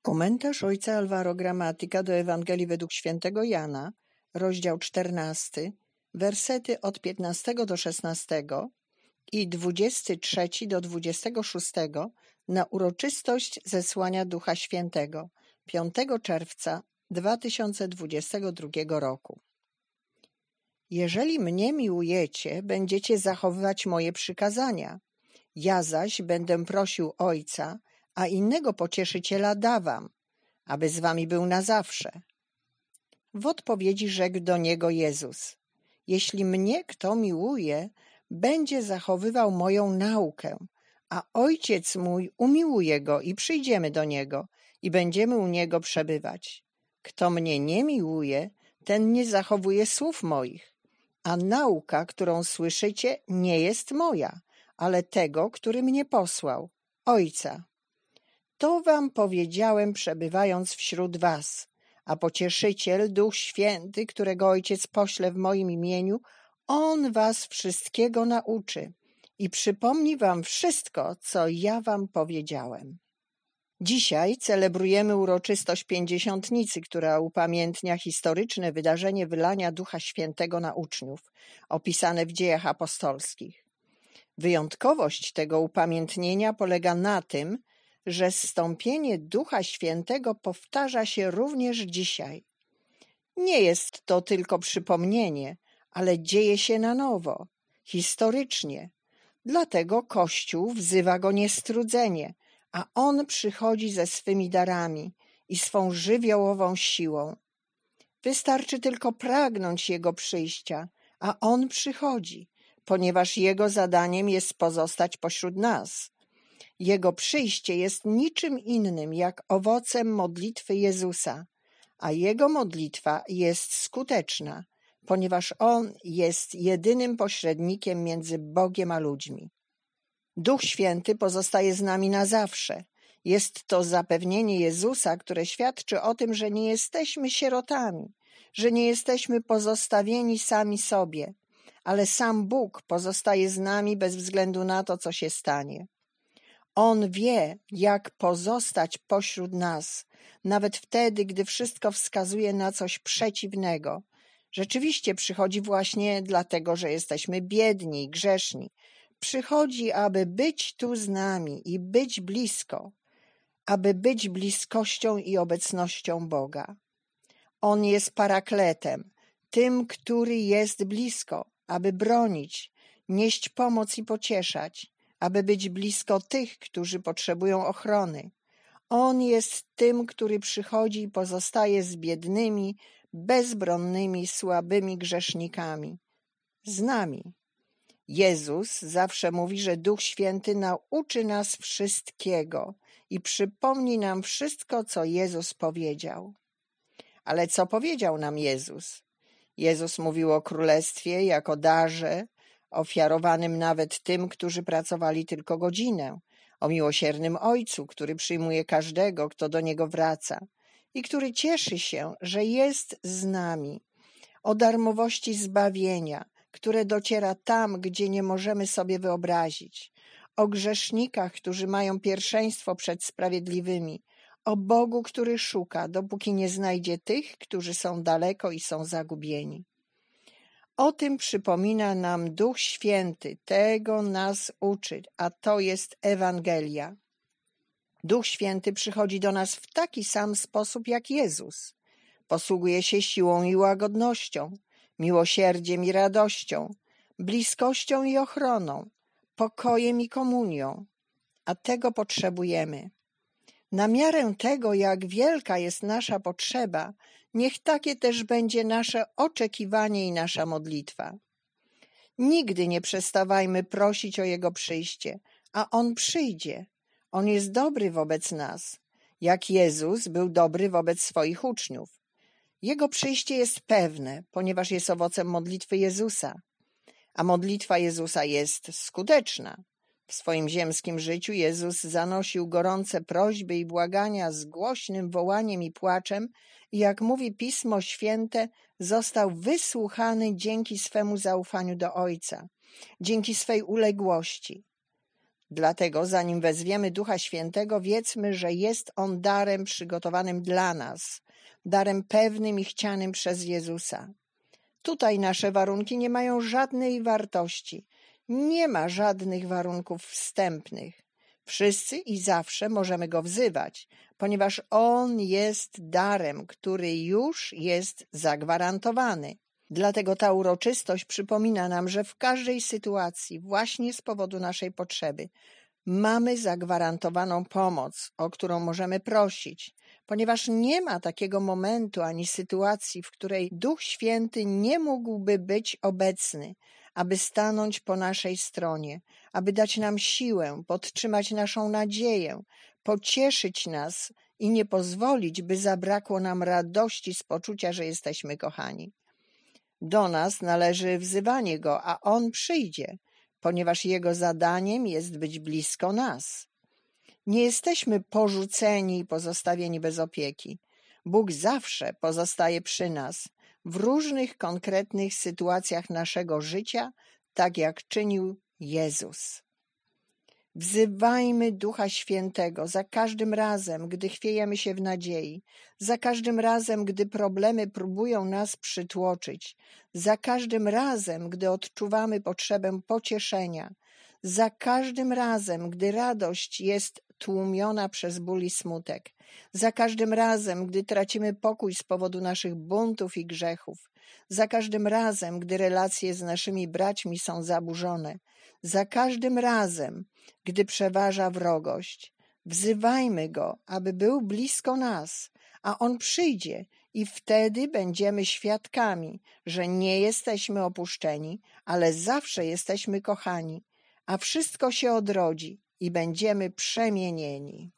Komentarz ojca Alvaro Gramatyka do Ewangelii według świętego Jana, rozdział 14, wersety od 15 do 16 i 23 do 26 na uroczystość zesłania Ducha Świętego 5 czerwca 2022 roku. Jeżeli mnie miłujecie, będziecie zachowywać moje przykazania. Ja zaś będę prosił Ojca, a innego pocieszyciela da wam, aby z wami był na zawsze. W odpowiedzi rzekł do niego Jezus: jeśli mnie kto miłuje, będzie zachowywał moją naukę, a Ojciec mój umiłuje go i przyjdziemy do niego i będziemy u niego przebywać. Kto mnie nie miłuje, ten nie zachowuje słów moich, a nauka, którą słyszycie, nie jest moja, ale tego, który mnie posłał, Ojca. To wam powiedziałem, przebywając wśród was, a Pocieszyciel, Duch Święty, którego Ojciec pośle w moim imieniu, On was wszystkiego nauczy i przypomni wam wszystko, co ja wam powiedziałem. Dzisiaj celebrujemy uroczystość Pięćdziesiątnicy, która upamiętnia historyczne wydarzenie wylania Ducha Świętego na uczniów, opisane w Dziejach Apostolskich. Wyjątkowość tego upamiętnienia polega na tym, że zstąpienie Ducha Świętego powtarza się również dzisiaj. Nie jest to tylko przypomnienie, ale dzieje się na nowo, historycznie. Dlatego Kościół wzywa go niestrudzenie, a On przychodzi ze swymi darami i swą żywiołową siłą. Wystarczy tylko pragnąć Jego przyjścia, a On przychodzi, ponieważ Jego zadaniem jest pozostać pośród nas. Jego przyjście jest niczym innym jak owocem modlitwy Jezusa, a Jego modlitwa jest skuteczna, ponieważ On jest jedynym pośrednikiem między Bogiem a ludźmi. Duch Święty pozostaje z nami na zawsze. Jest to zapewnienie Jezusa, które świadczy o tym, że nie jesteśmy sierotami, że nie jesteśmy pozostawieni sami sobie, ale sam Bóg pozostaje z nami bez względu na to, co się stanie. On wie, jak pozostać pośród nas, nawet wtedy, gdy wszystko wskazuje na coś przeciwnego. Rzeczywiście przychodzi właśnie dlatego, że jesteśmy biedni i grzeszni. Przychodzi, aby być tu z nami i być blisko, aby być bliskością i obecnością Boga. On jest parakletem, tym, który jest blisko, aby bronić, nieść pomoc i pocieszać, aby być blisko tych, którzy potrzebują ochrony. On jest tym, który przychodzi i pozostaje z biednymi, bezbronnymi, słabymi grzesznikami. Z nami. Jezus zawsze mówi, że Duch Święty nauczy nas wszystkiego i przypomni nam wszystko, co Jezus powiedział. Ale co powiedział nam Jezus? Jezus mówił o królestwie jako darze, ofiarowanym nawet tym, którzy pracowali tylko godzinę, o miłosiernym Ojcu, który przyjmuje każdego, kto do Niego wraca i który cieszy się, że jest z nami, o darmowości zbawienia, które dociera tam, gdzie nie możemy sobie wyobrazić, o grzesznikach, którzy mają pierwszeństwo przed sprawiedliwymi, o Bogu, który szuka, dopóki nie znajdzie tych, którzy są daleko i są zagubieni. O tym przypomina nam Duch Święty, tego nas uczy, a to jest Ewangelia. Duch Święty przychodzi do nas w taki sam sposób jak Jezus. Posługuje się siłą i łagodnością, miłosierdziem i radością, bliskością i ochroną, pokojem i komunią. A tego potrzebujemy. Na miarę tego, jak wielka jest nasza potrzeba, niech takie też będzie nasze oczekiwanie i nasza modlitwa. Nigdy nie przestawajmy prosić o Jego przyjście, a On przyjdzie. On jest dobry wobec nas, jak Jezus był dobry wobec swoich uczniów. Jego przyjście jest pewne, ponieważ jest owocem modlitwy Jezusa, a modlitwa Jezusa jest skuteczna. W swoim ziemskim życiu Jezus zanosił gorące prośby i błagania z głośnym wołaniem i płaczem i jak mówi Pismo Święte, został wysłuchany dzięki swemu zaufaniu do Ojca, dzięki swej uległości. Dlatego zanim wezwiemy Ducha Świętego, wiedzmy, że jest On darem przygotowanym dla nas, darem pewnym i chcianym przez Jezusa. Tutaj nasze warunki nie mają żadnej wartości. Nie ma żadnych warunków wstępnych. Wszyscy i zawsze możemy Go wzywać, ponieważ On jest darem, który już jest zagwarantowany. Dlatego ta uroczystość przypomina nam, że w każdej sytuacji, właśnie z powodu naszej potrzeby, mamy zagwarantowaną pomoc, o którą możemy prosić, ponieważ nie ma takiego momentu ani sytuacji, w której Duch Święty nie mógłby być obecny, aby stanąć po naszej stronie, aby dać nam siłę, podtrzymać naszą nadzieję, pocieszyć nas i nie pozwolić, by zabrakło nam radości z poczucia, że jesteśmy kochani. Do nas należy wzywanie Go, a On przyjdzie, ponieważ Jego zadaniem jest być blisko nas. Nie jesteśmy porzuceni i pozostawieni bez opieki. Bóg zawsze pozostaje przy nas, w różnych konkretnych sytuacjach naszego życia, tak jak czynił Jezus. Wzywajmy Ducha Świętego za każdym razem, gdy chwiejemy się w nadziei, za każdym razem, gdy problemy próbują nas przytłoczyć, za każdym razem, gdy odczuwamy potrzebę pocieszenia, za każdym razem, gdy radość jest tłumiona przez ból i smutek, za każdym razem, gdy tracimy pokój z powodu naszych buntów i grzechów, za każdym razem, gdy relacje z naszymi braćmi są zaburzone, za każdym razem, gdy przeważa wrogość. Wzywajmy Go, aby był blisko nas, a On przyjdzie i wtedy będziemy świadkami, że nie jesteśmy opuszczeni, ale zawsze jesteśmy kochani, a wszystko się odrodzi i będziemy przemienieni.